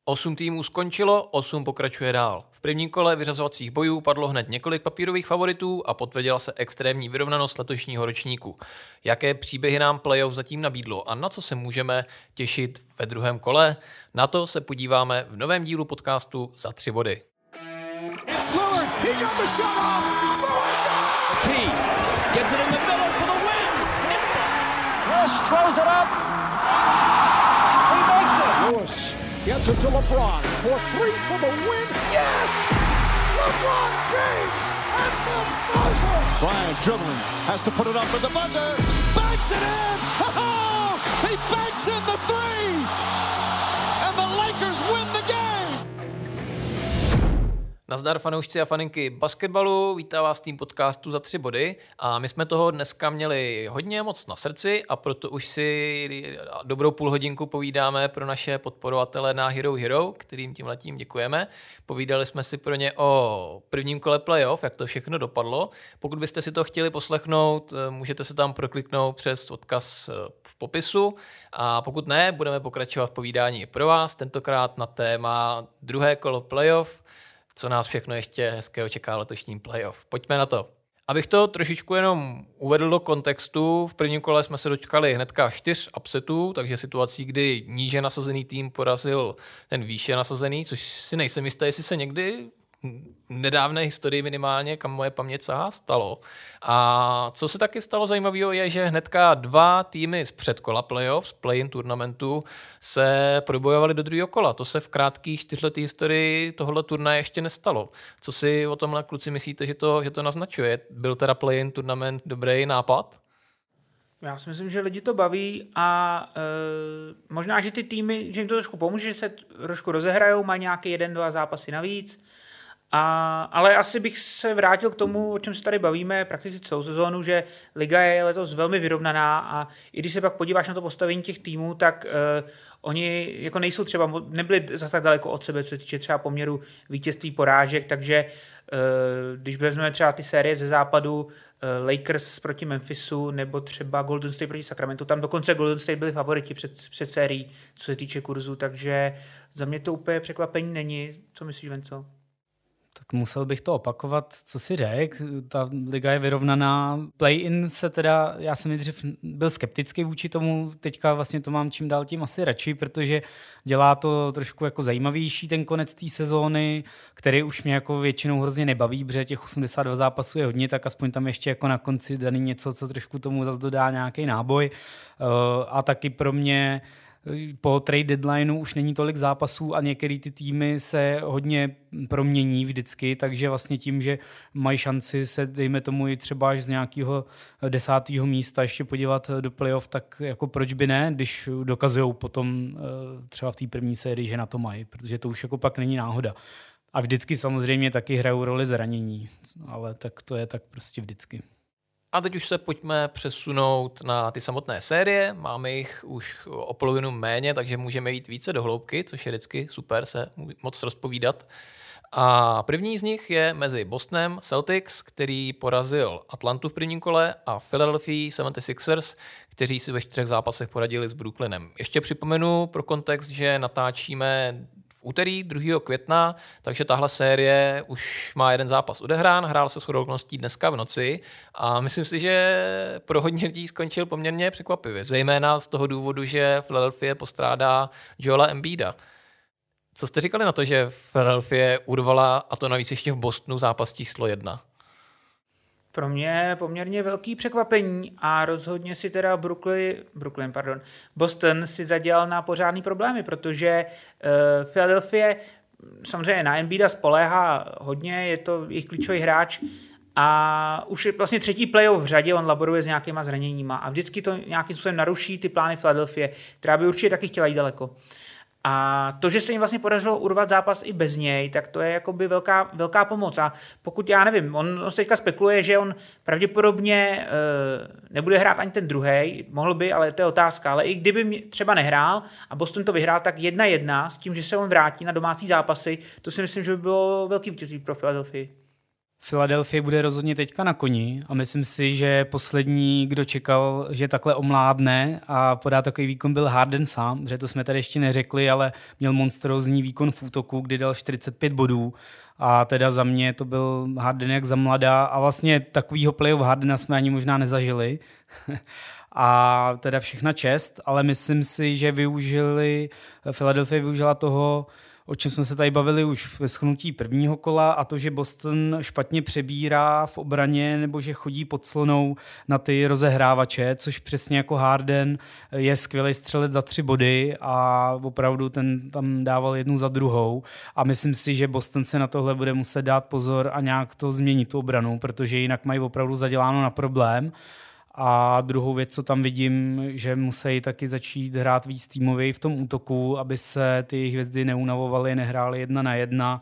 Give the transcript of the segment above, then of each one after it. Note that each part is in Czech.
8 týmů skončilo, 8 pokračuje dál. V prvním kole vyřazovacích bojů padlo hned několik papírových favoritů a potvrdila se extrémní vyrovnanost letošního ročníku. Jaké příběhy nám playoff zatím nabídlo a na co se můžeme těšit ve druhém kole? Na to se podíváme v novém dílu podcastu Za 3 body. It's Lillard. He got the shot off. Key gets it in the middle for the win. Russ throws it up. He makes it. Lewis gets it to LeBron for 3 for the win. Yes! LeBron James at the buzzer. Bryant dribbling, has to put it up for the buzzer. Banks it in. He banks in the 3. And the Lakers win the game. Nazdar fanoušci a faninky basketbalu, vítá vás tým podcastu Za 3 body a my jsme toho dneska měli hodně moc na srdci a proto už si dobrou půlhodinku povídáme pro naše podporovatele na Hero Hero, kterým tímhletím děkujeme. Povídali jsme si pro ně o prvním kole playoff, jak to všechno dopadlo. Pokud byste si to chtěli poslechnout, můžete se tam prokliknout přes odkaz v popisu a pokud ne, budeme pokračovat v povídání i pro vás, tentokrát na téma druhé kolo playoff, co nás všechno ještě hezkého čeká letošním playoff. Pojďme na to. Abych to trošičku jenom uvedl do kontextu, v prvním kole jsme se dočkali hnedka 4 upsetů, takže situací, kdy níže nasazený tým porazil ten výše nasazený, což si nejsem jistý, jestli se někdy v nedávné historii minimálně, kam moje paměť sahá, stalo. A co se taky stalo zajímavého je, že hnedka 2 týmy z předkola playoff, z play-in turnamentu, se probojovali do druhého kola. To se v krátké 4leté historii tohoto turnaje ještě nestalo. Co si o tomhle, kluci, myslíte, že to naznačuje? Byl teda play-in turnament dobrý nápad? Já si myslím, že lidi to baví a možná, že ty týmy, že jim to trošku pomůže, že se trošku rozehrajou, mají nějaké 1-2 zápasy navíc. Ale asi bych se vrátil k tomu, o čem se tady bavíme prakticky celou sezónu, že liga je letos velmi vyrovnaná a i když se pak podíváš na to postavení těch týmů, tak oni jako nejsou třeba, nebyli zase tak daleko od sebe, co se týče třeba poměru vítězství porážek, takže když vezmeme třeba ty série ze západu, Lakers proti Memphisu nebo třeba Golden State proti Sacramentu, tam dokonce Golden State byli favoriti před sérií, co se týče kurzu, takže za mě to úplně překvapení není. Co myslíš, Venco? Tak musel bych to opakovat, co si řekl. Ta liga je vyrovnaná. Play-in se teda, já jsem nejdřív byl skeptický vůči tomu, teďka vlastně to mám čím dál tím asi radši, protože dělá to trošku jako zajímavější ten konec té sezóny, který už mě jako většinou hrozně nebaví, protože těch 82 zápasů je hodně, tak aspoň tam ještě jako na konci daný něco, co trošku tomu zase dodá nějaký náboj. A taky pro mě po trade deadlineu už není tolik zápasů a některé ty týmy se hodně promění vždycky, takže vlastně tím, že mají šanci se, dejme tomu i třeba až z nějakého 10. místa ještě podívat do playoff, tak jako proč by ne, když dokazujou potom třeba v té první sérii, že na to mají, protože to už jako pak není náhoda. A vždycky samozřejmě taky hrajou roli zranění, ale tak to je tak prostě vždycky. A teď už se pojďme přesunout na ty samotné série. Máme jich už o polovinu méně, takže můžeme jít více do hloubky, což je vždycky super se moc rozpovídat. A první z nich je mezi Bostonem Celtics, který porazil Atlantu v prvním kole, a Philadelphia 76ers, kteří si ve 4 zápasech poradili s Brooklynem. Ještě připomenu pro kontext, že natáčíme úterý 2. května, takže tahle série už má 1 zápas odehrán, hrál se shodou okolností dneska v noci a myslím si, že pro hodně lidí skončil poměrně překvapivě, zejména z toho důvodu, že Philadelphia postrádá Joela Embida. Co jste říkali na to, že Philadelphia urvala, a to navíc ještě v Bostonu, zápas číslo 1? Pro mě poměrně velký překvapení a rozhodně si teda Boston si zadělal na pořádný problémy, protože Philadelphia samozřejmě na Embida spoléhá hodně, je to jejich klíčový hráč a už je vlastně 3. playoff v řadě, on laboruje s nějakýma zraněníma a vždycky to nějakým způsobem naruší ty plány Philadelphia, která by určitě taky chtěla jít daleko. A to, že se jim vlastně podařilo urvat zápas i bez něj, tak to je jakoby velká pomoc. A pokud, já nevím, on se teďka spekuluje, že on pravděpodobně nebude hrát ani ten druhej, mohl by, ale to je otázka. Ale i kdyby třeba nehrál a Boston to vyhrál, tak 1-1 s tím, že se on vrátí na domácí zápasy, to si myslím, že by bylo velký vítězství pro Philadelphia. Philadelphia bude rozhodně teďka na koni a myslím si, že poslední, kdo čekal, že takhle omládne a podá takový výkon, byl Harden sám, že to jsme tady ještě neřekli, ale měl monstrózní výkon v útoku, kdy dal 45 bodů a teda za mě to byl Harden jak za mladá a vlastně takovýho playoff Hardena jsme ani možná nezažili. A teda všechna čest, ale myslím si, že Philadelphia využila toho, o čem jsme se tady bavili už ve shrnutí prvního kola, a to, že Boston špatně přebírá v obraně nebo že chodí pod clonou na ty rozehrávače, což přesně jako Harden je skvělý střelec za 3 body a opravdu ten tam dával jednu za druhou a myslím si, že Boston se na tohle bude muset dát pozor a nějak to změnit tu obranu, protože jinak mají opravdu zaděláno na problém. A druhou věc, co tam vidím, že musí taky začít hrát víc týmově v tom útoku, aby se ty hvězdy neunavovaly, nehrály 1 na 1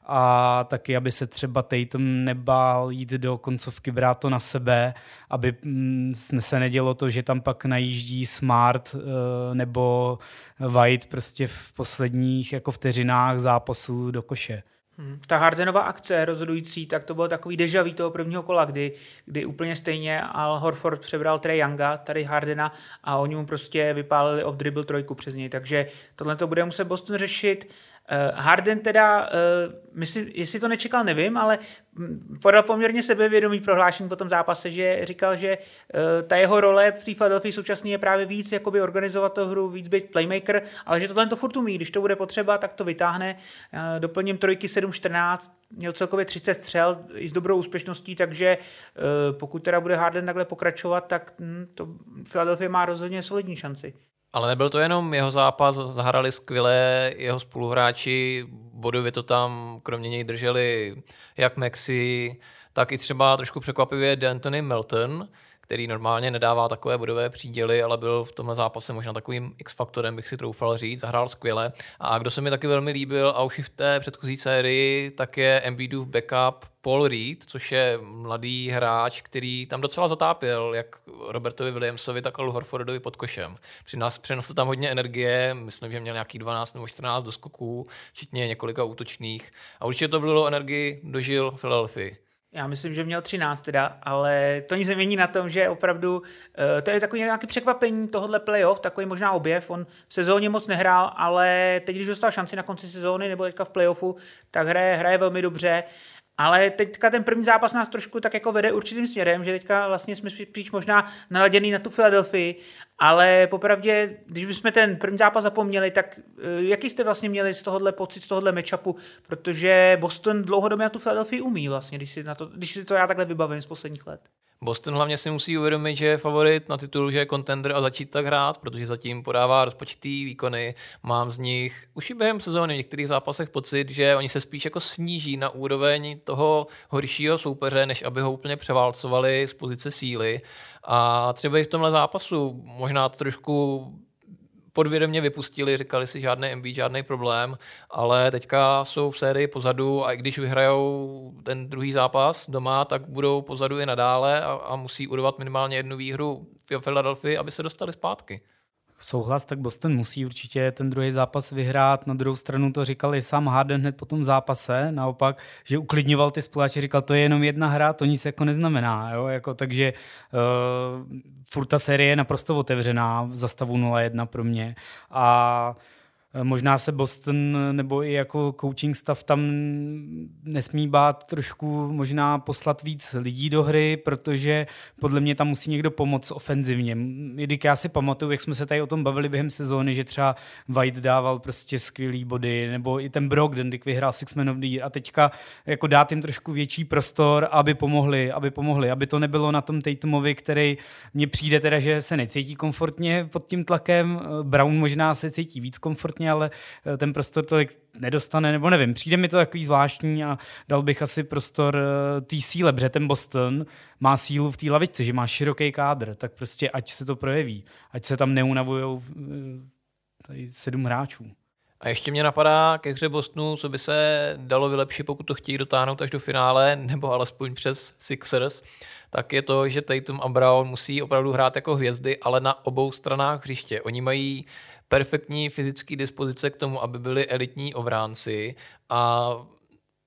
a taky, aby se třeba Tatum nebál jít do koncovky, brát to na sebe, aby se nedělo to, že tam pak najíždí Smart nebo White prostě v posledních jako vteřinách zápasu do koše. Ta Hardenova akce rozhodující, tak to bylo takový déjà vu toho prvního kola, kdy úplně stejně Al Horford přebral Trae Younga, tady Hardena, a oni mu prostě vypálili off dribble 3 přes něj, takže tohle to bude muset Boston řešit. Harden teda, myslím, jestli to nečekal, nevím, ale podal poměrně sebevědomý prohlášení po tom zápase, že říkal, že ta jeho role v té Philadelphii současný je právě víc jakoby organizovat tu hru, víc být playmaker, ale že tohle to furt umí, když to bude potřeba, tak to vytáhne. Doplním 3 7-14, měl celkově 30 střel i s dobrou úspěšností, takže pokud teda bude Harden takhle pokračovat, tak to Philadelphia má rozhodně solidní šanci. Ale nebyl to jenom jeho zápas, zahrali skvěle jeho spoluhráči, bodově to tam kromě něj drželi jak Maxey, tak i třeba trošku překvapivě D'Anthony Melton, který normálně nedává takové bodové příděly, ale byl v tomhle zápase možná takovým X-faktorem, bych si troufal říct, zahrál skvěle. A kdo se mi taky velmi líbil, a už i v té předchozí sérii, tak je Embiidův backup Paul Reed, což je mladý hráč, který tam docela zatápěl, jak Robertovi Williamsovi, tak Al Horfordovi pod košem. Přinesl tam hodně energie, myslím, že měl nějaký 12 nebo 14 doskoků, včetně několika útočných. A určitě to vlilo energii do žil Philadelphii. Já myslím, že měl 13 teda, ale to nic nemění na tom, že opravdu to je takový nějaké překvapení tohohle playoff, takový možná objev. On v sezóně moc nehrál, ale teď, když dostal šanci na konci sezóny nebo teďka v playoffu, tak hraje velmi dobře. Ale teďka ten první zápas nás trošku tak jako vede určitým směrem, že teďka vlastně jsme spíš možná naladěný na tu Philadelphii, ale popravdě, když bychom ten první zápas zapomněli, tak jaký jste vlastně měli z tohohle pocit, z tohohle matchupu, protože Boston dlouhodobě na tu Philadelphii umí vlastně, když si to já takhle vybavím z posledních let. Boston hlavně si musí uvědomit, že je favorit na titul, že je contender a začít tak hrát, protože zatím podává rozpočtý výkony. Mám z nich už i během sezóny v některých zápasech pocit, že oni se spíš jako sníží na úroveň toho horšího soupeře, než aby ho úplně převálcovali z pozice síly. A třeba i v tomhle zápasu možná to trošku podvědomě vypustili, říkali si žádný Embiid, žádný problém, ale teďka jsou v sérii pozadu a i když vyhrajou ten druhý zápas doma, tak budou pozadu i nadále a musí urvat minimálně jednu výhru v Philadelphii, aby se dostali zpátky. Souhlas, tak Boston musí určitě ten druhý zápas vyhrát. Na druhou stranu to říkal i sám Harden hned po tom zápase, naopak, že uklidňoval ty spoluhráče, říkal, to je jenom jedna hra, to nic jako neznamená. Jo? Jako, takže furt ta série je naprosto otevřená v zastavu 0-1 pro mě. A možná se Boston nebo i jako coaching staff tam nesmí bát trošku možná poslat víc lidí do hry, protože podle mě tam musí někdo pomoct ofenzivně. Když já si pamatuju, jak jsme se tady o tom bavili během sezóny, že třeba White dával prostě skvělý body, nebo i ten Brogdon, když vyhrál Six Man of the Year a teďka jako dát jim trošku větší prostor, aby pomohli, aby to nebylo na tom Tatumovi, který mně přijde teda, že se necítí komfortně pod tím tlakem. Brown možná se cítí víc komfortně, ale ten prostor tolik nedostane, nebo nevím, přijde mi to takový zvláštní a dal bych asi prostor té síle, protože ten Boston má sílu v té lavičce, že má široký kádr, tak prostě ať se to projeví, ať se tam neunavujou 7 hráčů. A ještě mě napadá ke hře Bostonu, co by se dalo vylepšit, pokud to chtějí dotáhnout až do finále, nebo alespoň přes Sixers, tak je to, že Tatum a Brown musí opravdu hrát jako hvězdy, ale na obou stranách hřiště. Oni mají perfektní fyzické dispozice k tomu, aby byli elitní obránci a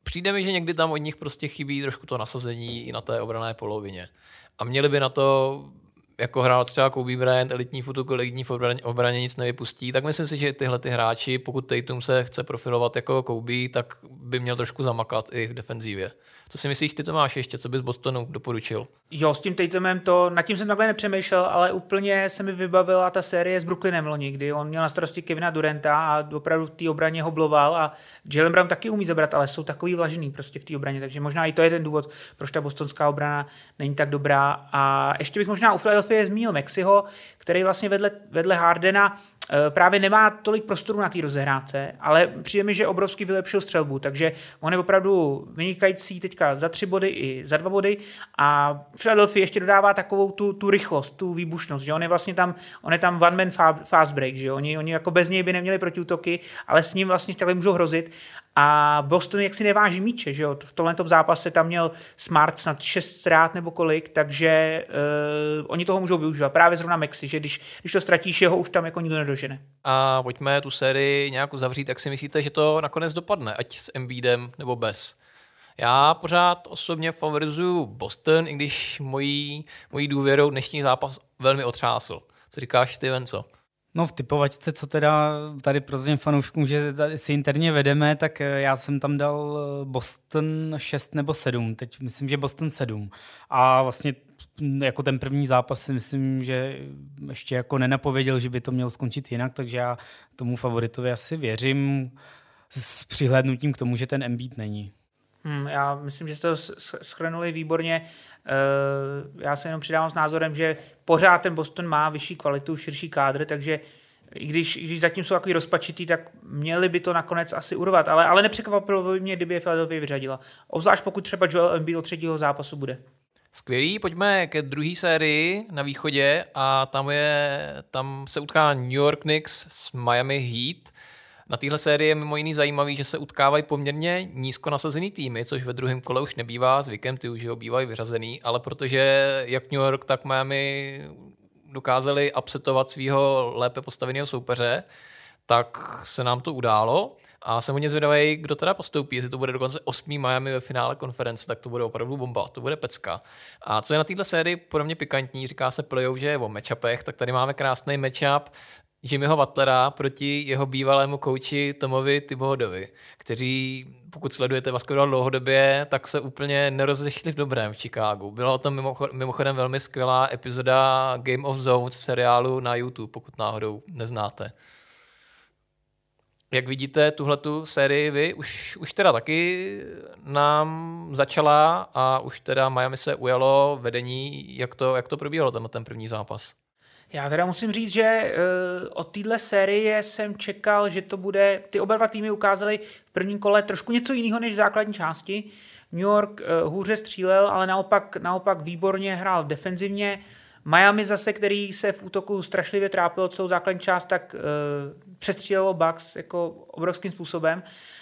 přijde mi, že někdy tam od nich prostě chybí trošku to nasazení i na té obranné polovině. A měli by na to, jako hrál třeba Kobe Bryant, elitní futuk, elitní v obraně nic nevypustí, tak myslím si, že tyhle ty hráči, pokud Tatum se chce profilovat jako Kobe, tak by měl trošku zamakat i v defenzívě. Co si myslíš, ty to máš ještě, co bys Bostonu doporučil? Jo, s tím Tatumem nad tím jsem takhle nepřemýšlel, ale úplně se mi vybavila ta série s Brooklynem loni, kdy on měl na starosti Kevina Duranta a opravdu v té obraně ho bloval a Jaylen Brown taky umí zabrat, ale jsou takový vlažný prostě v té obraně, takže možná i to je ten důvod, proč ta bostonská obrana není tak dobrá. A ještě bych možná u Philadelphia zmínil Maxiho, který vlastně vedle Hardena právě nemá tolik prostoru na té rozehrádce, ale přijde mi, že obrovsky vylepšil střelbu, takže on je opravdu vynikající teďka za 3 body i za 2 body a Philadelphia ještě dodává takovou tu rychlost, tu výbušnost, že on je vlastně tam, on je tam one man fast break, že oni jako bez něj by neměli protiútoky, ale s ním vlastně takhle můžou hrozit a Boston jaksi neváží míče, že jo, v tomhletom zápase tam měl Smart snad 6 ztrát nebo kolik, takže oni toho můžou využívat, právě zrovna Maxi, že když to ztratíš, jeho už tam jako nikdo nedožene. A pojďme tu sérii nějak uzavřít, jak si myslíte, že to nakonec dopadne, ať s Embiidem nebo bez? Já pořád osobně favorizuju Boston, i když mojí důvěrou dnešní zápas velmi otřásl. Co říkáš ty, Venco? No v typovačce, co teda tady prozřím fanouškům, že si interně vedeme, tak já jsem tam dal Boston 6 nebo 7, teď myslím, že Boston 7. A vlastně jako ten první zápas si myslím, že ještě jako nenapověděl, že by to mělo skončit jinak, takže já tomu favoritovi asi věřím s přihlédnutím k tomu, že ten Embiid není. Já myslím, že jste to shrnuli výborně. Já se jenom přidávám s názorem, že pořád ten Boston má vyšší kvalitu, širší kádr, takže i když zatím jsou takový rozpačitý, tak měli by to nakonec asi urvat. Ale nepřekvapilo by mě, kdyby je Philadelphia vyřadila. Obzvlášť pokud třeba Joel Embiid od 3. zápasu bude. Skvělý, pojďme ke druhé sérii na východě a tam se utká New York Knicks s Miami Heat. Na téhle sérii je mimo jiný zajímavý, že se utkávají poměrně nízko nasazený týmy, což ve druhém kole už nebývá zvykem, ty už ho bývají vyřazený, ale protože jak New York, tak Miami dokázali upsetovat svého lépe postaveného soupeře, tak se nám to událo a jsem hodně zvědavý, kdo teda postoupí, jestli to bude dokonce 8. Miami ve finále konference, tak to bude opravdu bomba, to bude pecka. A co je na téhle sérii pro mě pikantní, říká se playoff, že je o matchupech, tak tady máme krásný matchup Jimmyho Butlera proti jeho bývalému kouči Tomovi Thibodeauovi, kteří, pokud sledujete basketbal dlouhodobě, tak se úplně nerozešli v dobrém v Chicagu. Byla o tom mimochodem velmi skvělá epizoda Game of Zones seriálu na YouTube, pokud náhodou neznáte. Jak vidíte tuhletu sérii vy, už teda taky nám začala a už teda Miami se ujalo vedení, jak to probíhalo ten první zápas. Já teda musím říct, že od téhle série jsem čekal, že to bude, ty oba dva týmy ukázali v prvním kole trošku něco jiného než v základní části. New York hůře střílel, ale naopak výborně hrál defenzivně. Miami zase, který se v útoku strašlivě trápil celou základní část, tak přestřílelo Bucks jako obrovským způsobem.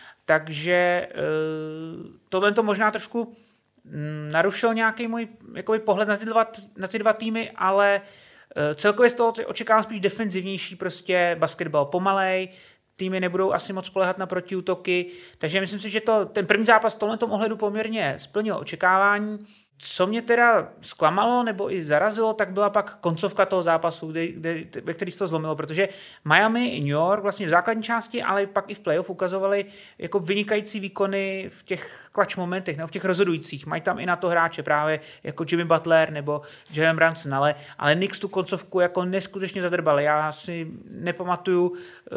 Takže tohle to možná trošku narušil nějaký můj pohled na ty dva týmy, ale celkově z toho očekávám spíš defenzivnější prostě basketbal, pomalej, týmy nebudou asi moc spoléhat na protiútoky, takže myslím si, že ten první zápas v tomto ohledu poměrně splnil očekávání. Co mě teda zklamalo nebo i zarazilo, tak byla pak koncovka toho zápasu, ve který se to zlomilo, protože Miami i New York vlastně v základní části, ale pak i v playoff ukazovali jako vynikající výkony v těch clutch momentech, nebo v těch rozhodujících. Mají tam i na to hráče právě jako Jimmy Butler nebo Jalen Brunson, ale Knicks tu koncovku jako neskutečně zadrbali. Já si nepamatuju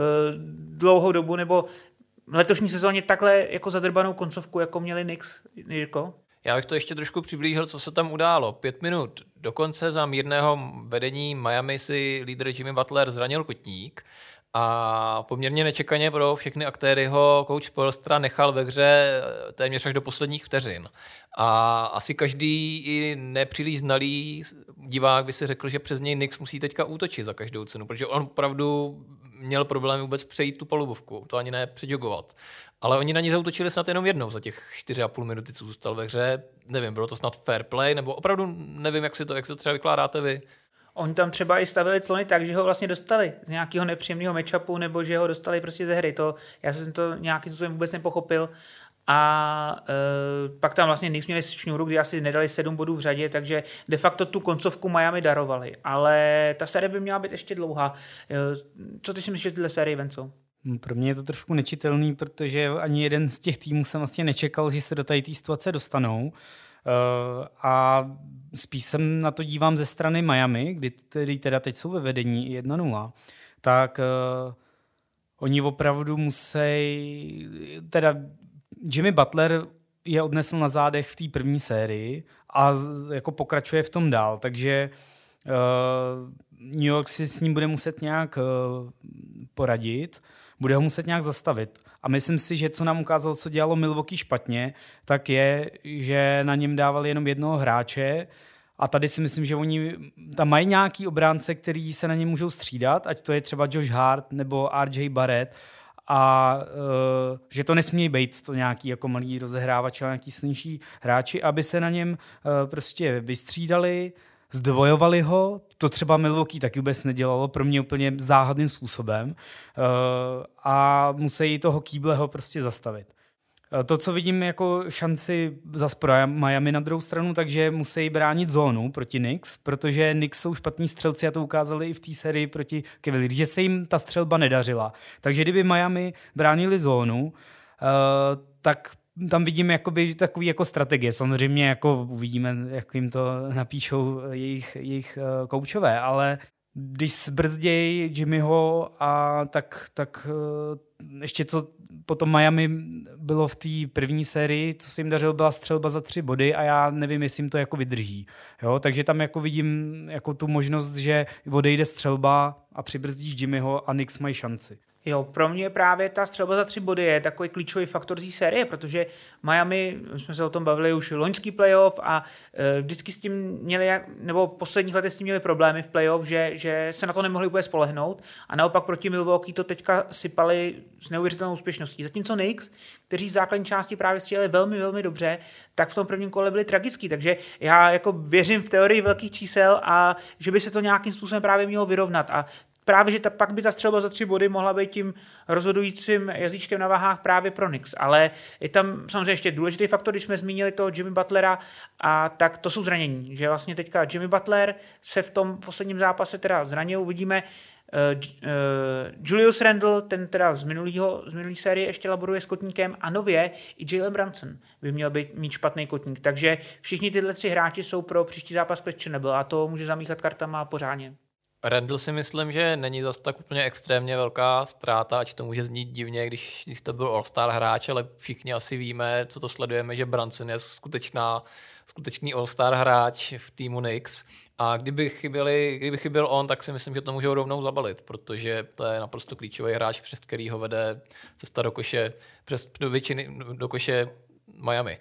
dlouhou dobu nebo v letošní sezóně takhle jako zadrbanou koncovku, jako měli Knicks, Jirko. Já bych to ještě trošku přiblížil, co se tam událo. 5 minut do konce za mírného vedení Miami si lídr Jimmy Butler zranil kotník a poměrně nečekaně pro všechny aktéry ho coach Spoelstra nechal ve hře téměř až do posledních vteřin. A asi každý i nepříliš znalý divák by si řekl, že přes něj Knicks musí teďka útočit za každou cenu, protože on opravdu měl problém vůbec přejít tu palubovku, to ani ne předjogovat. Ale oni na ní zaútočili snad jenom jednou za těch 4,5 minuty, co zůstal ve hře. Nevím, bylo to snad fair play, nebo opravdu nevím, jak se třeba vykládáte vy. Oni tam třeba i stavili clony tak, že ho vlastně dostali z nějakého nepříjemného matchupu, nebo že ho dostali prostě ze hry. Já jsem to nějakým způsobem vůbec nepochopil. a pak tam vlastně Knicks měli šňůru, kdy asi nedali 7 bodů v řadě, takže de facto tu koncovku Miami darovali. Ale ta série by měla být ještě dlouhá. Co ty si myslíš, že tyhle série Venco? Pro mě je to trošku nečitelný, protože ani jeden z těch týmů jsem vlastně nečekal, že se do té situace dostanou. A spíš jsem na to dívám ze strany Miami, kdy teda teď jsou ve vedení 1-0, tak oni opravdu musí, teda Jimmy Butler je odnesl na zádech v té první sérii a jako pokračuje v tom dál, takže New York si s ním bude muset nějak poradit, bude ho muset nějak zastavit. A myslím si, že co nám ukázalo, co dělalo Milwaukee špatně, tak je, že na něm dávali jenom jednoho hráče a tady si myslím, že oni tam mají nějaký obránce, který se na ně můžou střídat, ať to je třeba Josh Hart nebo RJ Barrett, a že to nesmí být to nějaký jako malý rozehrávač a nějaký silnější hráči, aby se na něm prostě vystřídali, zdvojovali ho, to třeba Milwaukee taky vůbec nedělalo, pro mě úplně záhadným způsobem, a musí toho Kýbleho prostě zastavit. To, co vidím jako šanci zas pro Miami na druhou stranu, takže musí bránit zónu proti Knicks, protože Knicks jsou špatní střelci a to ukázali i v té sérii proti Cavaliers, že se jim ta střelba nedařila. Takže kdyby Miami bránili zónu, tak tam vidím jakoby takový jako strategie. Samozřejmě jako uvidíme, jak jim to napíšou jejich koučové, ale když zbrzdějí Jimmyho a tak ještě co potom Miami bylo v té první sérii, co se jim dařilo, byla střelba za 3 body a já nevím, jestli jim to jako vydrží. Jo? Takže tam jako vidím jako tu možnost, že odejde střelba a přibrzdíš Jimmyho a Knicks mají šanci. Jo, pro mě právě ta střelba za 3 body je takový klíčový faktor té série, protože Miami, jsme se o tom bavili už loňský playoff a vždycky s tím měli, nebo posledních letech s tím měli problémy v playoff, že se na to nemohli úplně spolehnout a naopak proti Milwaukee to teďka sypali s neuvěřitelnou úspěšností. Zatímco Knicks, kteří v základní části právě stříleli velmi, velmi dobře, tak v tom prvním kole byli tragický, takže já jako věřím v teorii velkých čísel a že by se to nějakým způsobem právě mělo vyrovnat a právě, že pak by ta střelba za 3 body mohla být tím rozhodujícím jazyčkem na váhách právě pro Knicks. Ale je tam samozřejmě ještě důležitý faktor, když jsme zmínili toho Jimmy Butlera, a tak to jsou zranění. Že vlastně teďka Jimmy Butler se v tom posledním zápase teda zranil. Uvidíme Julius Randle, ten teda z minulý série ještě laboruje s kotníkem a nově i Jalen Brunson by měl mít špatný kotník. Takže všichni tyhle 3 hráči jsou pro příští zápas questionable a to může zamíchat kartama pořádně. Randle si myslím, že není zase tak úplně extrémně velká ztráta, ať to může znít divně, když to byl All-Star hráč, ale všichni asi víme, co to sledujeme, že Brunson je skutečný All-Star hráč v týmu Knicks. A kdyby chyběl on, tak si myslím, že to můžou rovnou zabalit, protože to je naprosto klíčový hráč, přes který ho vede cesta do koše, do koše Miami.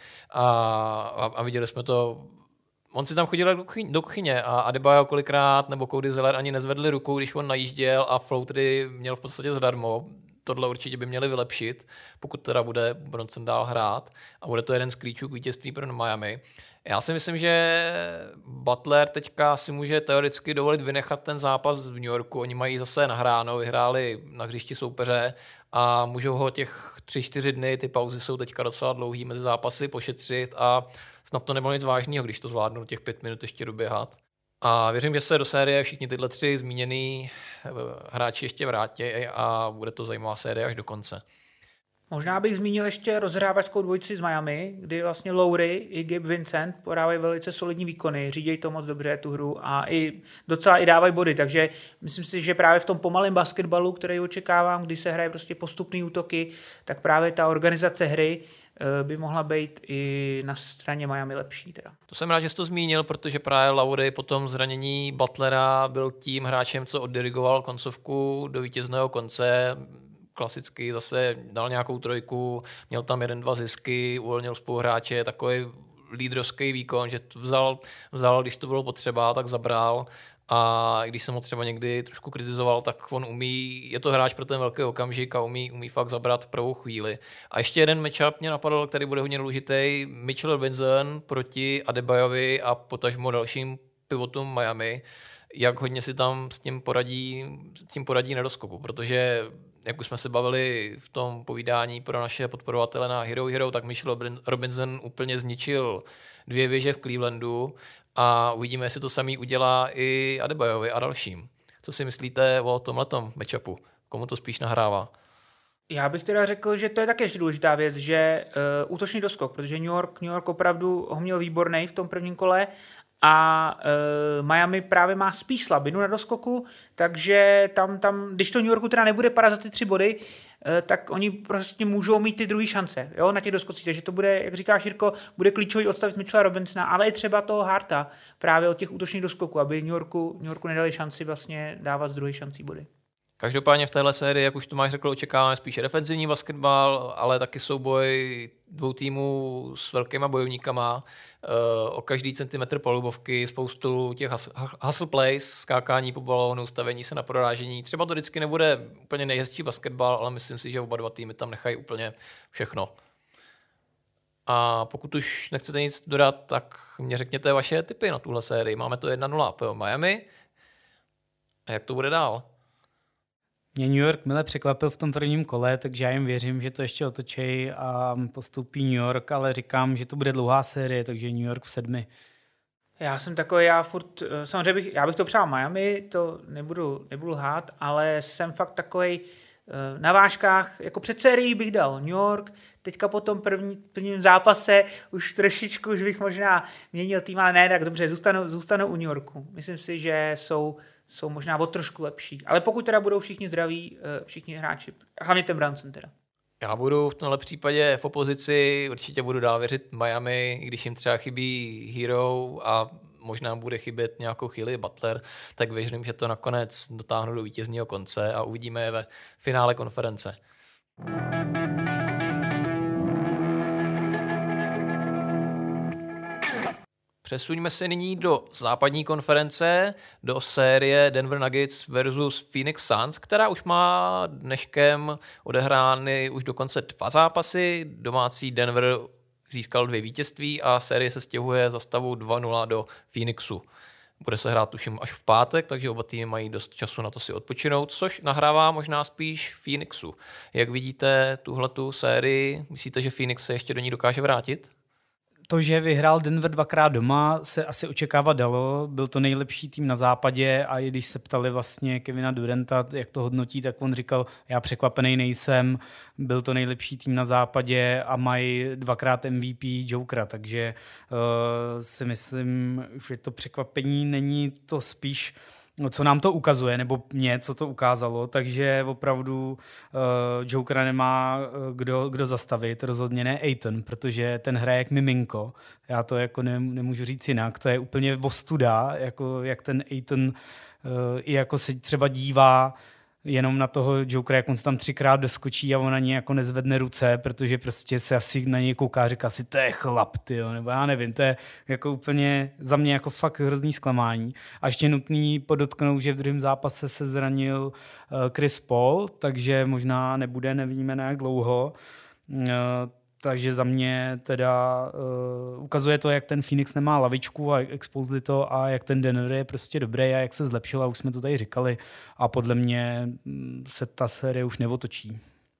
A viděli jsme to. On si tam chodil do kuchyně a Adebayo kolikrát nebo Cody Zeller ani nezvedli ruku, když on najížděl a floatery měl v podstatě zadarmo. Tohle určitě by měli vylepšit, pokud teda bude Brunson dál hrát a bude to jeden z klíčů k vítězství pro Miami. Já si myslím, že Butler teďka si může teoreticky dovolit vynechat ten zápas v New Yorku. Oni mají zase nahráno, vyhráli na hřišti soupeře a můžou ho těch 3-4 dny, ty pauzy jsou teďka docela dlouhý mezi zápasy, pošetřit a snad to nebylo nic vážného, když to zvládnou těch 5 minut ještě doběhat. A věřím, že se do série všichni tyhle 3 zmíněný hráči ještě vrátí a bude to zajímavá série až do konce. Možná bych zmínil ještě rozhrávačskou dvojici z Miami, kdy vlastně Lowry i Gabe Vincent podávají velice solidní výkony, řídějí to moc dobře tu hru a docela i dávají body, takže myslím si, že právě v tom pomalém basketbalu, který očekávám, kdy se hraje prostě postupný útoky, tak právě ta organizace hry by mohla být i na straně Miami lepší. Teda. To jsem rád, že jsi to zmínil, protože právě Lowry po tom zranění Butlera byl tím hráčem, co oddirigoval koncovku do vítězného konce. Klasicky zase dal nějakou trojku, měl tam 1-2 zisky, uvolnil spoluhráče, takový lídrovský výkon, že vzal, když to bylo potřeba, tak zabral. A když jsem ho třeba někdy trošku kritizoval, tak on umí, je to hráč pro ten velký okamžik a umí fakt zabrat v pravou chvíli. A ještě jeden matchup mě napadl, který bude hodně důležitý, Mitchell Robinson proti Adebayovi a potažmo dalším pivotům Miami. Jak hodně si tam s tím poradí na doskoku, protože jak už jsme se bavili v tom povídání pro naše podporovatele na Hero Hero, tak Mitchell Robinson úplně zničil 2 věže v Clevelandu a uvidíme, jestli to samý udělá i Adebayovi a dalším. Co si myslíte o tomhletom matchupu? Komu to spíš nahrává? Já bych teda řekl, že to je také ještě důležitá věc, že útočný doskok, protože New York opravdu ho měl výborný v tom prvním kole a Miami právě má spíš slabinu na doskoku, takže tam, když to New Yorku teda nebude padat za ty 3 body, tak oni prostě můžou mít ty druhé šance, jo, na těch doskocích, takže to bude, jak říkáš Jirko, bude klíčový odstavit Mitchella Robinsona, ale i třeba toho Harta právě od těch útočných doskoků, aby New Yorku nedali šanci vlastně dávat z druhé šancí body. Každopádně v téhle sérii, jak už Tomáš řekl, očekáváme spíše defenzivní basketbal, ale taky souboj 2 týmů s velkýma bojovníkama, o každý centimetr polubovky, spoustu těch hustle plays, skákání po balónu, stavení se na prorážení. Třeba to vždycky nebude úplně nejhezčí basketbal, ale myslím si, že oba 2 týmy tam nechají úplně všechno. A pokud už nechcete nic dodat, tak mě řekněte vaše tipy na tuhle sérii. Máme to 1-0 pro Miami. A jak to bude dál? Mě New York mile překvapil v tom prvním kole, takže já jim věřím, že to ještě otočí a postoupí New York, ale říkám, že to bude dlouhá série, takže New York v 7. Já jsem takový, samozřejmě já bych to přál Miami, to nebudu lhát, ale jsem fakt takovej na vážkách, jako před sérií bych dal New York, teďka po tom prvním zápase už trošičku, už bych možná měnil tým, ale ne, tak dobře, zůstanu u New Yorku. Myslím si, že jsou možná o trošku lepší. Ale pokud teda budou všichni zdraví, všichni hráči, hlavně ten Brunson teda. Já budu v tomhle případě v opozici, určitě budu dál věřit Miami, když jim třeba chybí Hero a možná bude chybět nějakou chvíli Butler, tak věřím, že to nakonec dotáhnu do vítězního konce a uvidíme je ve finále konference. Přesuňme se nyní do západní konference, do série Denver Nuggets versus Phoenix Suns, která už má dneškem odehrány už dokonce 2 zápasy. Domácí Denver získal 2 vítězství a série se stěhuje za stavu 2-0 do Phoenixu. Bude se hrát tuším až v pátek, takže oba týmy mají dost času na to si odpočinout, což nahrává možná spíš Phoenixu. Jak vidíte tuhletu sérii, myslíte, že Phoenix se ještě do ní dokáže vrátit? To, že vyhrál Denver 2krát doma, se asi očekávat dalo. Byl to nejlepší tým na západě a i když se ptali vlastně Kevina Duranta, jak to hodnotí, tak on říkal, já překvapený nejsem, byl to nejlepší tým na západě a mají 2krát MVP Jokera, takže si myslím, že to překvapení není, to spíš co nám to ukazuje, nebo mě, co to ukázalo, takže opravdu Jokera nemá kdo zastavit, rozhodně ne Ayton, protože ten hraje jak miminko, já to jako nemůžu říct jinak, to je úplně ostuda, jako jak ten Ayton i jako se třeba dívá jenom na toho Jokera, jak on se tam 3krát doskočí a on na něj jako nezvedne ruce, protože prostě se asi na něj kouká a říká si, to je chlap, tyjo, nebo já nevím, to je jako úplně za mě jako fakt hrozný zklamání. A ještě nutný podotknout, že v druhém zápase se zranil Chris Paul, takže možná nebude, nevíme na jak dlouho. Takže za mě teda ukazuje to, jak ten Phoenix nemá lavičku a expouzli to a jak ten Denver je prostě dobrý a jak se zlepšil a už jsme to tady říkali a podle mě se ta série už neotočí.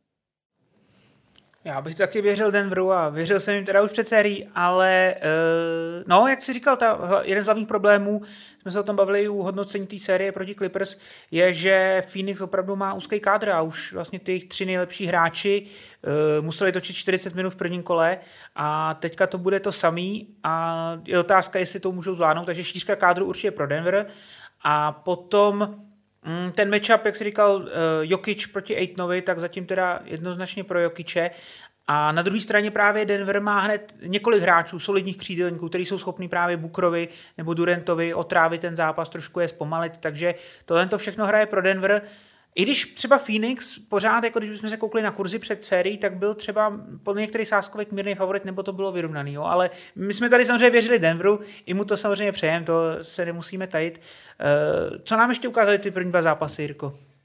Já bych taky věřil Denveru a věřil jsem jim teda už před sérií, ale no, jak jsi říkal, jeden z hlavních problémů, jsme se o tom bavili u hodnocení té série proti Clippers, je, že Phoenix opravdu má úzký kádr a už vlastně ty 3 nejlepší hráči museli točit 40 minut v prvním kole a teďka to bude to samý a je otázka, jestli to můžou zvládnout, takže 4 kádru určitě pro Denver a potom ten matchup, jak jsi říkal, Jokic proti Aytonovi, tak zatím teda jednoznačně pro Jokiče. A na druhé straně právě Denver má hned několik hráčů, solidních křídelníků, kteří jsou schopní právě Bookerovi nebo Durantovi otrávit ten zápas, trošku je zpomalit, takže tohle to všechno hraje pro Denver. I když třeba Phoenix pořád, jako když jsme se koukli na kurzy před sérií, tak byl třeba podle některých sázkovek mírný favorit, nebo to bylo vyrovnaný. Jo? Ale my jsme tady samozřejmě věřili Denveru, i mu to samozřejmě přejem, to se nemusíme tajit. Co nám ještě ukázaly ty první 2 zápasy, Jirko?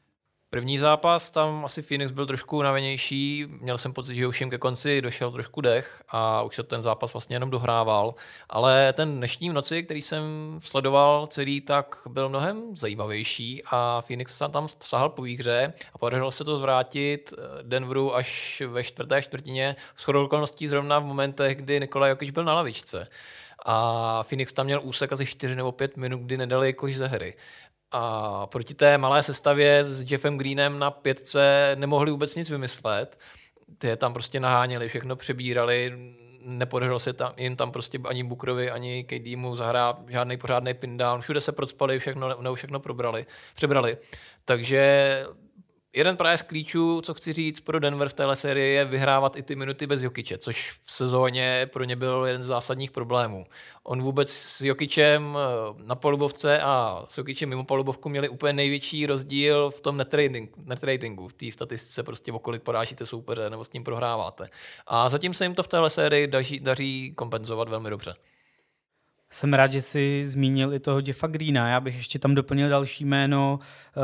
První zápas, tam asi Phoenix byl trošku unavenější, měl jsem pocit, že už jim ke konci došel trošku dech a už se ten zápas vlastně jenom dohrával, ale ten dnešní v noci, který jsem sledoval celý, tak byl mnohem zajímavější a Phoenix se tam sahal po výhře a podařilo se to zvrátit Denveru až ve čtvrté čtvrtině, shodou okolností zrovna v momentech, kdy Nikola Jokic byl na lavičce. A Phoenix tam měl úsek asi 4 nebo 5 minut, kdy nedali koš ze hry. A proti té malé sestavě s Jeffem Greenem na 5 nemohli vůbec nic vymyslet. Ty je tam prostě naháněli, všechno přebírali, nepodařilo se jim tam prostě ani Bookerovi, ani KDmu zahrát žádný pořádný pin down, všude se procpali, všechno přebrali. Takže jeden právě z klíčů, co chci říct pro Denver v téhle sérii, je vyhrávat i ty minuty bez Jokiče, což v sezóně pro ně byl jeden z zásadních problémů. On vůbec s Jokičem na polubovce a s Jokičem mimo polubovku měli úplně největší rozdíl v tom net ratingu, v té statistice prostě o kolik porážíte soupeře nebo s ním prohráváte. A zatím se jim to v téhle sérii daří kompenzovat velmi dobře. Jsem rád, že jsi zmínil i toho Jeffa Greena. Já bych ještě tam doplnil další jméno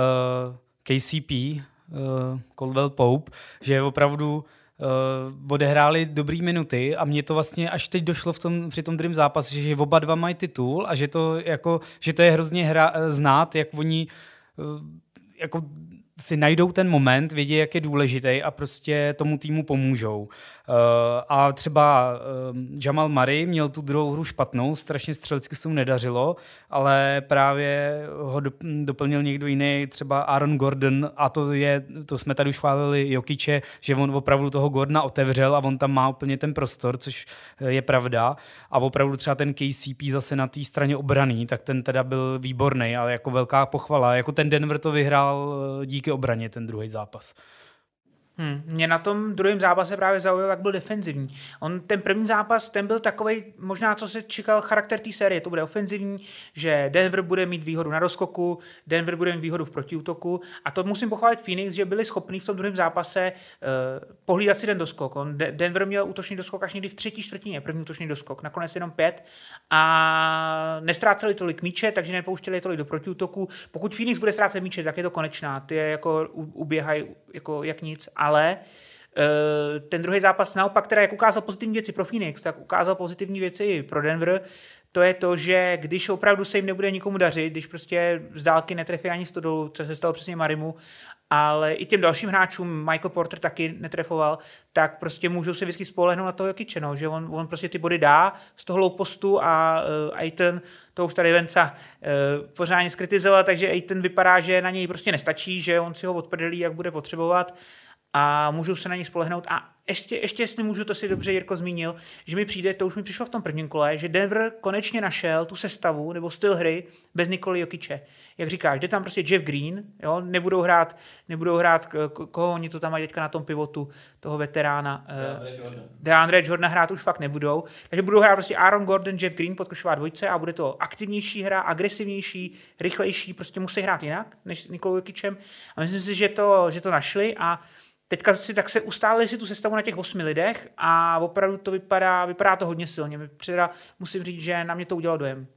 KCP, Caldwell Pope, že opravdu odehráli dobrý minuty a mně to vlastně až teď došlo při tom druhém zápase, že oba dva mají titul a že to je hrozně znát, jak oni jako si najdou ten moment, vědí, jak je důležitý a prostě tomu týmu pomůžou. A třeba Jamal Murray měl tu druhou hru špatnou, strašně střelecky se mu nedařilo, ale právě ho doplnil někdo jiný, třeba Aaron Gordon, a to jsme tady už chválili Jokiče, že on opravdu toho Gordona otevřel a on tam má úplně ten prostor, což je pravda. A opravdu třeba ten KCP zase na té straně obraný, tak ten teda byl výborný, ale jako velká pochvala. Jako ten Denver to vyhrál díky obraně, ten druhý zápas. Mě na tom druhém zápase právě zaujalo, jak byl defenzivní. Ten první zápas, ten byl takovej, možná co se čekal charakter té série, to bude ofenzivní, že Denver bude mít výhodu na doskoku, Denver bude mít výhodu v protiútoku a to musím pochválit Phoenix, že byli schopní v tom druhém zápase pohlídat si ten doskok. Denver měl útočný doskok až někdy v třetí čtvrtině, první útočný doskok, nakonec jenom 5 a nestráceli tolik míče, takže nepouštěli tolik do protiútoku. Pokud Phoenix bude ztrácet míče, tak je to konečná, ty je jako uběhají jako jak nic, ale ten druhý zápas naopak, teda jak ukázal pozitivní věci pro Phoenix, tak ukázal pozitivní věci i pro Denver. To je to, že když opravdu se jim nebude nikomu dařit, když prostě z dálky netrefí ani 100 dolů, co se stalo přesně Marimu, ale i těm dalším hráčům, Michael Porter taky netrefoval, tak prostě můžou se vždycky spolehnout na toho Jokiče, no, že on prostě ty body dá z toho low postu a Ayton, to už tady Venca pořádně skritizoval, takže Ayton vypadá, že na něj prostě nestačí, že on si ho odprdelí, jak bude potřebovat a můžou se na něj spolehnout. A ještě jestli můžu, to si dobře Jirko zmínil, že mi přijde, to už mi přišlo v tom prvním kole, že Denver konečně našel tu sestavu nebo styl hry bez Nikoly Jokiče. Jak říkáš, jde tam prostě Jeff Green, jo? Nebudou hrát koho oni to tam mají teďka na tom pivotu, toho veterána. DeAndre Jordan hrát už fakt nebudou. Takže budou hrát prostě Aaron Gordon, Jeff Green, podkošová dvojce a bude to aktivnější hra, agresivnější, rychlejší, prostě musí hrát jinak než s Nikolou Jokičem. A myslím si, že to našli a teďka tak se ustálili si tu sestavu na těch 8 lidech a opravdu to vypadá to hodně silně. Musím říct, že na mě to udělalo dojem.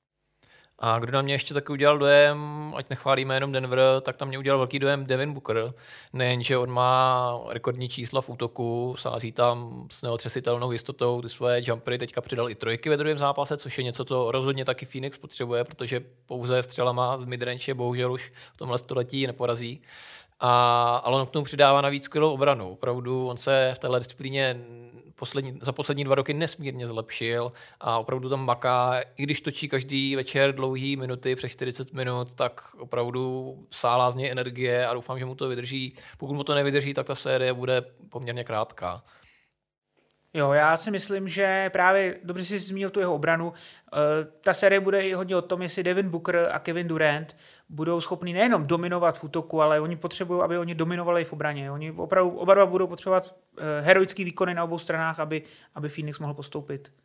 A kdo na mě ještě taky udělal dojem, ať nechválíme jenom Denver, tak na mě udělal velký dojem Devin Booker. Nejenže on má rekordní čísla v útoku, sází tam s neotřesitelnou jistotou ty svoje jumpery, teďka přidal i trojky ve druhém zápase, což je něco, co rozhodně taky Phoenix potřebuje, protože pouze střelama z midrange bohužel už v tomhle století neporazí. Ale on k tomu přidává navíc skvělou obranu. Opravdu on se v téhle disciplíně za poslední 2 roky nesmírně zlepšil a opravdu tam maká, i když točí každý večer dlouhý minuty, přes 40 minut, tak opravdu sálá z něj energie a doufám, že mu to vydrží. Pokud mu to nevydrží, tak ta série bude poměrně krátká. Jo, já si myslím, že právě dobře si zmínil tu jeho obranu. Ta série bude i hodně o tom, jestli Devin Booker a Kevin Durant budou schopni nejenom dominovat v útoku, ale oni potřebují, aby oni dominovali v obraně. Oni opravdu oba dva budou potřebovat heroický výkony na obou stranách, aby Phoenix mohl postoupit.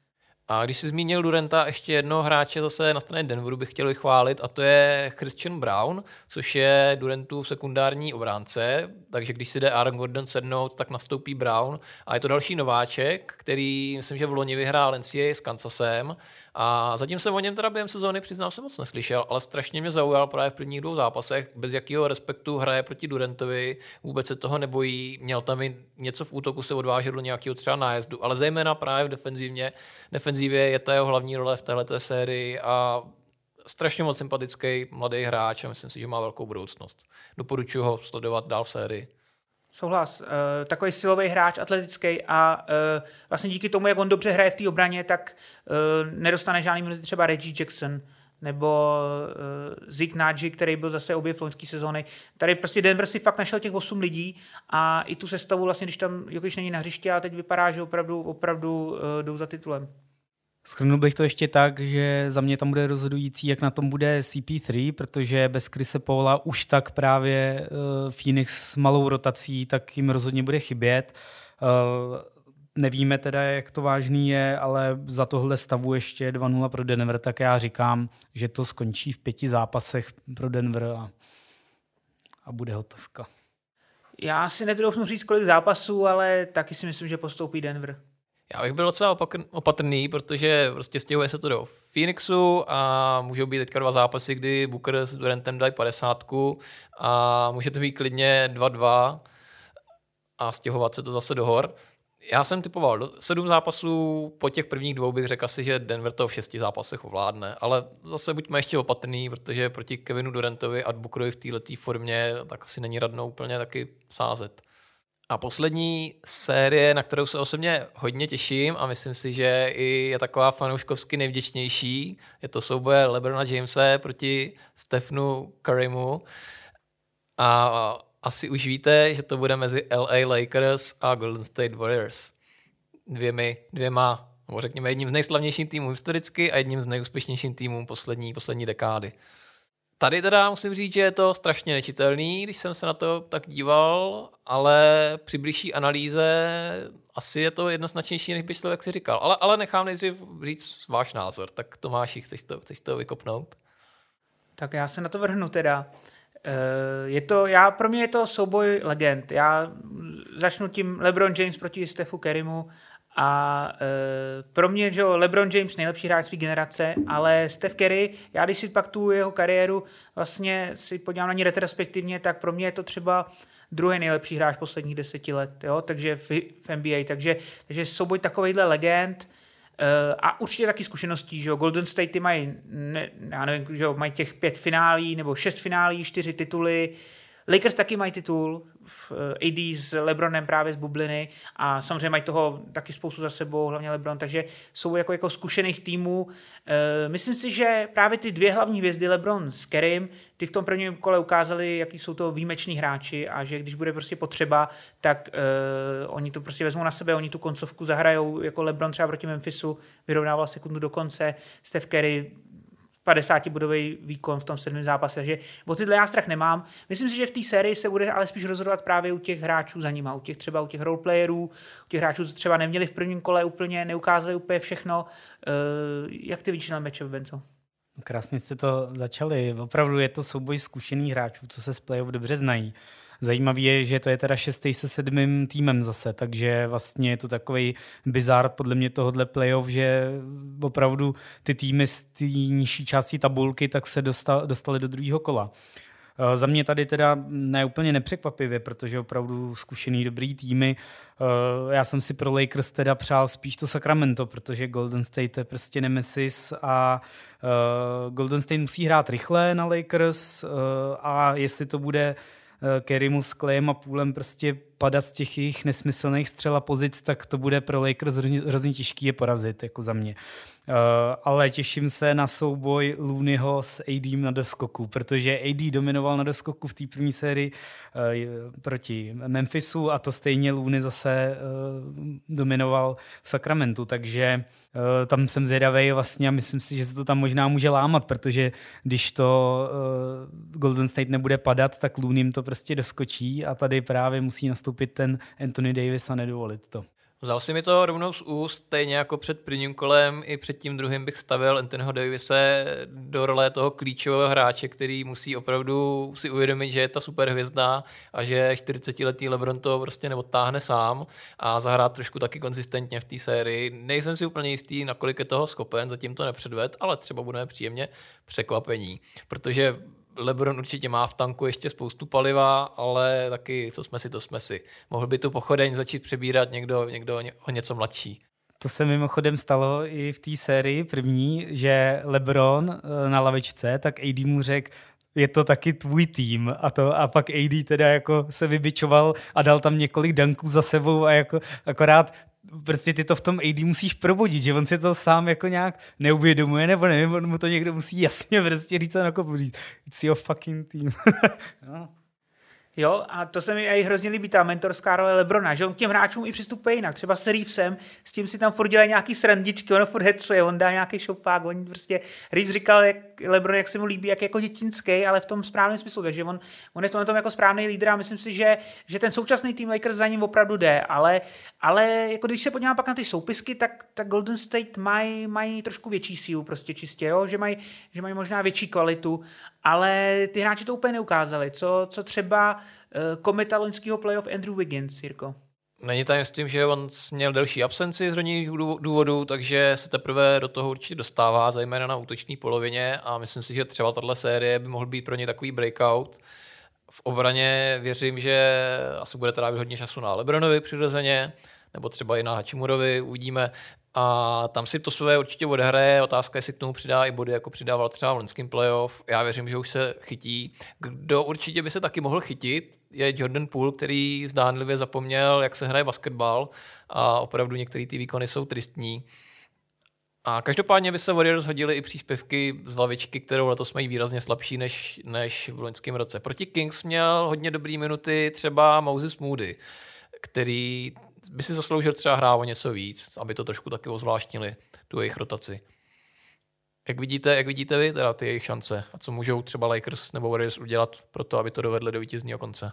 A když jsi zmínil Duranta, ještě jednoho hráče zase na straně Denveru bych chtěl vychválit, a to je Christian Braun, což je Durantův sekundární obránce, takže když si jde Aaron Gordon sednout, tak nastoupí Braun a je to další nováček, který myslím, že v loni vyhrál NCAA s Kansasem a zatím jsem o něm teda během sezóny přiznám se moc neslyšel, ale strašně mě zaujal právě v prvních 2 zápasech, bez jakého respektu hraje proti Durantovi, vůbec se toho nebojí, měl tam i něco v útoku, se odvážel do nějakého třeba nájezdu, ale zejména právě v defenzivě je ta jeho hlavní role v téhleté sérii a strašně moc sympatický mladý hráč a myslím si, že má velkou budoucnost. Doporučuji ho sledovat dál v sérii. Souhlas. Takový silový hráč, atletický a vlastně díky tomu, jak on dobře hraje v té obraně, tak nedostane žádný minuty třeba Reggie Jackson nebo Zeke Nnaji, který byl zase objev loňské sezóny. Tady prostě Denver si fakt našel těch 8 lidí a i tu sestavu, vlastně, když tam Jokic není na hřišti, a teď vypadá, že opravdu jdou za titulem. Shrnul bych to ještě tak, že za mě tam bude rozhodující, jak na tom bude CP3, protože bez Chrisse Paula už tak právě Phoenix s malou rotací, tak jim rozhodně bude chybět. Nevíme teda, jak to vážný je, ale za tohle stavu ještě 2-0 pro Denver, tak já říkám, že to skončí v 5 zápasech pro Denver a bude hotovka. Já si netroufnu říct, kolik zápasů, ale taky si myslím, že postoupí Denver. Já bych byl docela opatrný, protože prostě stěhuje se to do Phoenixu a můžou být teďka 2 zápasy, kdy Booker s Durantem dají 50 a může to být klidně 2-2 a stěhovat se to zase do hor. Já jsem typoval 7 zápasů, po těch prvních 2 bych řekl asi, že Denver to v 6 zápasech ovládne, ale zase buďme ještě opatrný, protože proti Kevinu Durantovi a Bookerovi v této formě tak asi není radno úplně taky sázet. A poslední série, na kterou se osobně hodně těším a myslím si, že i je taková fanouškovsky nejvděčnější, je to souboje LeBrona Jamese proti Stephenu Currymu. A asi už víte, že to bude mezi LA Lakers a Golden State Warriors. Dvěma, nebo řekněme jedním z nejslavnějších týmů historicky a jedním z nejúspěšnějších týmů poslední dekády. Tady teda musím říct, že je to strašně nečitelný, když jsem se na to tak díval, ale při blížší analýze asi je to jednoznačnější, než by člověk si říkal. Ale nechám nejdřív říct váš názor. Tak Tomáši, chceš to vykopnout? Tak já se na to vrhnu teda. Pro mě je to souboj legend. Já začnu tím LeBron James proti Stephu Currymu a pro mě, že LeBron James nejlepší hráč své generace, ale Steph Curry, já když si pak tu jeho kariéru vlastně si podívám na ní retrospektivně, tak pro mě je to třeba druhý nejlepší hráč posledních 10 let, jo? Takže v NBA, takže souboj takovejhle legend a určitě taky zkušeností, že Golden State mají, já nevím, že mají těch 5 finálí nebo 6 finálí, 4 tituly. Lakers taky mají titul, AD s LeBronem právě z bubliny a samozřejmě mají toho taky spoustu za sebou, hlavně LeBron, takže jsou jako zkušených týmů. Myslím si, že právě ty 2 hlavní hvězdy, LeBron s Currym, ty v tom prvním kole ukázali, jaký jsou to výjimeční hráči a že když bude prostě potřeba, tak oni to prostě vezmou na sebe, oni tu koncovku zahrajou, jako LeBron třeba proti Memphisu, vyrovnával sekundu do konce, Steph Curry 50-bodový výkon v tom 7. zápase, takže o tyhle já strach nemám. Myslím si, že v té sérii se bude ale spíš rozhodovat právě u těch hráčů za nima, u těch roleplayerů, u těch hráčů, co třeba neměli v prvním kole úplně, neukázali úplně všechno. Jak ty vidíš na meče, Benco? Krásně jste to začali. Opravdu je to souboj zkušených hráčů, co se z playoff dobře znají. Zajímavý je, že to je teda 6. se 7. týmem zase, takže vlastně je to takový bizár podle mě tohohle playoff, že opravdu ty týmy z té nižší části tabulky tak se dostali do druhého kola. Za mě tady teda neúplně nepřekvapivě, protože opravdu zkušený dobrý týmy. Já jsem si pro Lakers teda přál spíš to Sacramento, protože Golden State je prostě nemesis a Golden State musí hrát rychle na Lakers a jestli to bude Currymu s Clayem a Poolem prostě padat z těch jejich nesmyslných střel a pozic, tak to bude pro Lakers hrozně těžký je porazit, jako za mě. Ale těším se na souboj Looneyho s ADem na doskoku, protože AD dominoval na doskoku v té první sérii proti Memphisu a to stejně Looney zase dominoval v Sacramentu, takže tam jsem zvědavej vlastně a myslím si, že se to tam možná může lámat, protože když to Golden State nebude padat, tak Looney to prostě doskočí a tady právě musí nastoupit ten Anthony Davis a nedovolit to. Vzal si mi to rovnou z úst, stejně jako před prvním kolem, i před tím druhým bych stavil Anthonyho Davise do role toho klíčového hráče, který musí opravdu si uvědomit, že je ta superhvězda a že 40letý LeBron to prostě neodtáhne sám a zahrát trošku taky konzistentně v té sérii. Nejsem si úplně jistý, nakolik je toho schopen, zatím to nepředved, ale třeba budeme příjemně překvapení, protože LeBron určitě má v tanku ještě spoustu paliva, ale taky co jsme si, to jsme si. Mohl by tu pochodeň začít přebírat někdo o něco mladší. To se mimochodem stalo i v té sérii první, že LeBron na lavičce, tak AD mu řekl, je to taky tvůj tým a pak AD teda jako se vybičoval a dal tam několik danků za sebou a jako akorát prostě ty to v tom AD musíš probudit, že on si to sám jako nějak neuvědomuje, nebo nevím, on mu to někdo musí jasně prostě říct a nakopu říct, it's your fucking team. No. Jo, a to se mi i hrozně líbí, ta mentorská role LeBrona, že on k těm hráčům i přistupuje jinak. Třeba s Reevesem, s tím si tam furt dělají nějaký srandičky, on furt hecuje, on dá nějaký šopák, on prostě, Reeves říkal, jak LeBron, jak se mu líbí, jak jako dětinský, ale v tom správném smyslu, takže on je v tom jako správný lídr a myslím si, že ten současný tým Lakers za ním opravdu jde, ale jako když se podívám pak na ty soupisky, tak Golden State mají trošku větší sílu prostě čistě, jo? Že mají možná větší kvalitu, ale ty hráči to úplně neukázali. Co třeba kometa loňského playoff Andrew Wiggins, Jirko? Není tam s tím, že on měl delší absenci z rodinných důvodů, takže se teprve do toho určitě dostává, zejména na útočné polovině a myslím si, že třeba tato série by mohl být pro ně takový breakout. V obraně věřím, že asi bude trávit hodně času na LeBronovi přirozeně, nebo třeba i na Hachimurovi, uvidíme. A tam si to své určitě odehraje. Otázka, jestli k tomu přidá i body, jako přidával třeba v loňském playoff. Já věřím, že už se chytí. Kdo určitě by se taky mohl chytit, je Jordan Poole, který zdánlivě zapomněl, jak se hraje basketbal a opravdu některé ty výkony jsou tristní. A každopádně by se Warriors hodili i příspěvky z lavičky, kterou letos mají výrazně slabší než v loňském roce. Proti Kings měl hodně dobrý minuty třeba Moses Moody, který by si zasloužil třeba hrát o něco víc, aby to trošku taky ozvláštnili, tu jejich rotaci. Jak vidíte vy teda ty jejich šance? A co můžou třeba Lakers nebo Warriors udělat pro to, aby to dovedli do vítězného konce?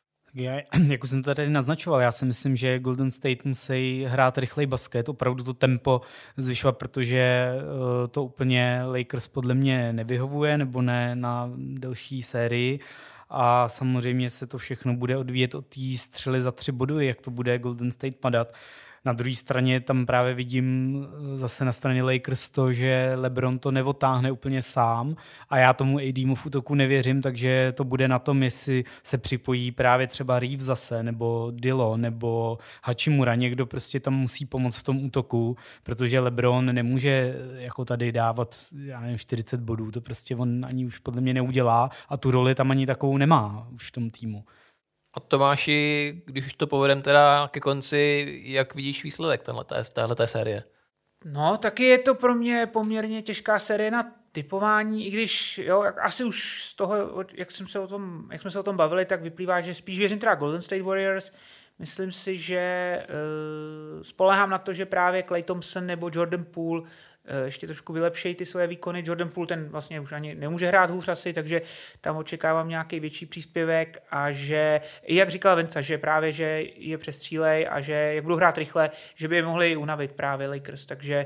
Jak už jsem to tady naznačoval, já si myslím, že Golden State musí hrát rychlej basket, opravdu to tempo zvyšovat, protože to úplně Lakers podle mě nevyhovuje, nebo ne na delší sérii. A samozřejmě se to všechno bude odvíjet od té střely za 3 body, jak to bude Golden State padat. Na druhé straně tam právě vidím zase na straně Lakers to, že LeBron to neotáhne úplně sám a já tomu ADmu v útoku nevěřím, takže to bude na tom, jestli se připojí právě třeba Reeves zase, nebo Dilo, nebo Hachimura. Někdo prostě tam musí pomoct v tom útoku, protože LeBron nemůže jako tady dávat, já nevím, 40 bodů, to prostě on ani už podle mě neudělá a tu roli tam ani takovou nemá už v tom týmu. A Tomáši, když už to povedem teda ke konci, jak vidíš výsledek téhleté série? No, taky je to pro mě poměrně těžká série na typování, i když jo, asi už z toho, jak jsme se o tom bavili, tak vyplývá, že spíš věřím teda Golden State Warriors. Myslím si, že spolehám na to, že právě Klay Thompson nebo Jordan Poole ještě trošku vylepšejí ty své výkony. Jordan Poole ten vlastně už ani nemůže hrát hůř asi, takže tam očekávám nějaký větší příspěvek a že, i jak říkal Venca, že právě, že je přestřílej a že jak budou hrát rychle, že by je mohli unavit právě Lakers,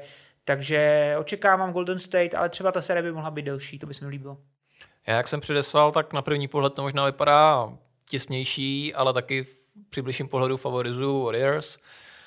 takže očekávám Golden State, ale třeba ta série by mohla být delší, to by se mi líbilo. Já jak jsem předeslal, tak na první pohled to možná vypadá těsnější, ale taky při bližším pohledu favorizuju Warriors,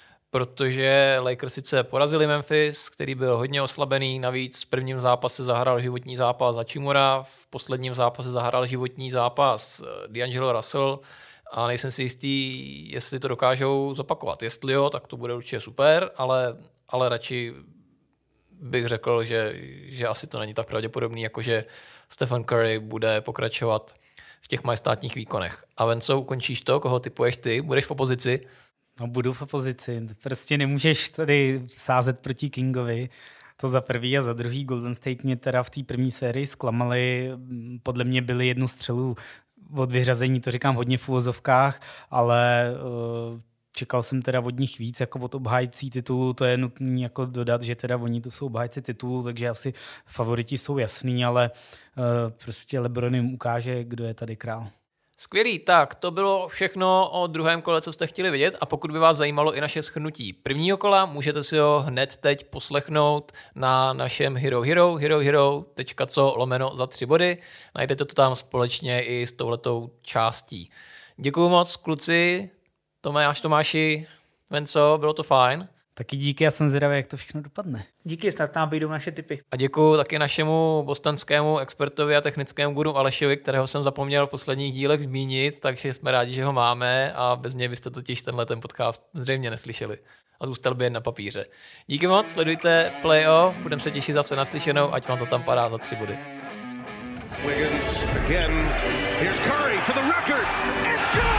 protože Lakers sice porazili Memphis, který byl hodně oslabený, navíc v prvním zápase zahrál životní zápas Hachimura, v posledním zápase zahrál životní zápas D'Angelo Russell a nejsem si jistý, jestli to dokážou zopakovat. Jestli jo, tak to bude určitě super, ale radši bych řekl, že asi to není tak pravděpodobný, jako že Stephen Curry bude pokračovat v těch majestátních výkonech. A Venco, ukončíš to? Koho typuješ ty? Budeš v opozici? No, budu v opozici. Prostě nemůžeš tady sázet proti Kingovi. To za prvý a za druhý. Golden State mě teda v té první sérii zklamali. Podle mě byli jednu střelu od vyřazení, to říkám hodně v uvozovkách, ale čekal jsem teda od nich víc, jako od obhájcí titulu, to je nutné jako dodat, že teda oni to jsou obhájci titulu, takže asi favoriti jsou jasný, ale prostě LeBron jim ukáže, kdo je tady král. Skvělý, tak to bylo všechno o druhém kole, co jste chtěli vidět, a pokud by vás zajímalo i naše shrnutí prvního kola, můžete si ho hned teď poslechnout na našem herohero.co/za3body. Najdete to tam společně i s touhletou částí. Děkuju moc, kluci, Tomáši, Venco, bylo to fajn. Taky díky, já jsem zvědavý, jak to všechno dopadne. Díky, snad nám vyjdou naše tipy. A děkuju taky našemu bostonskému expertovi a technickému guru Alešovi, kterého jsem zapomněl v posledních dílech zmínit, takže jsme rádi, že ho máme a bez něj byste totiž ten podcast zřejmě neslyšeli a zůstal by jen na papíře. Díky moc, sledujte playoff, budeme se těšit zase na slyšenou, ať vám to tam padá za 3 body. Wiggins again. Here's Curry for the record. It's good!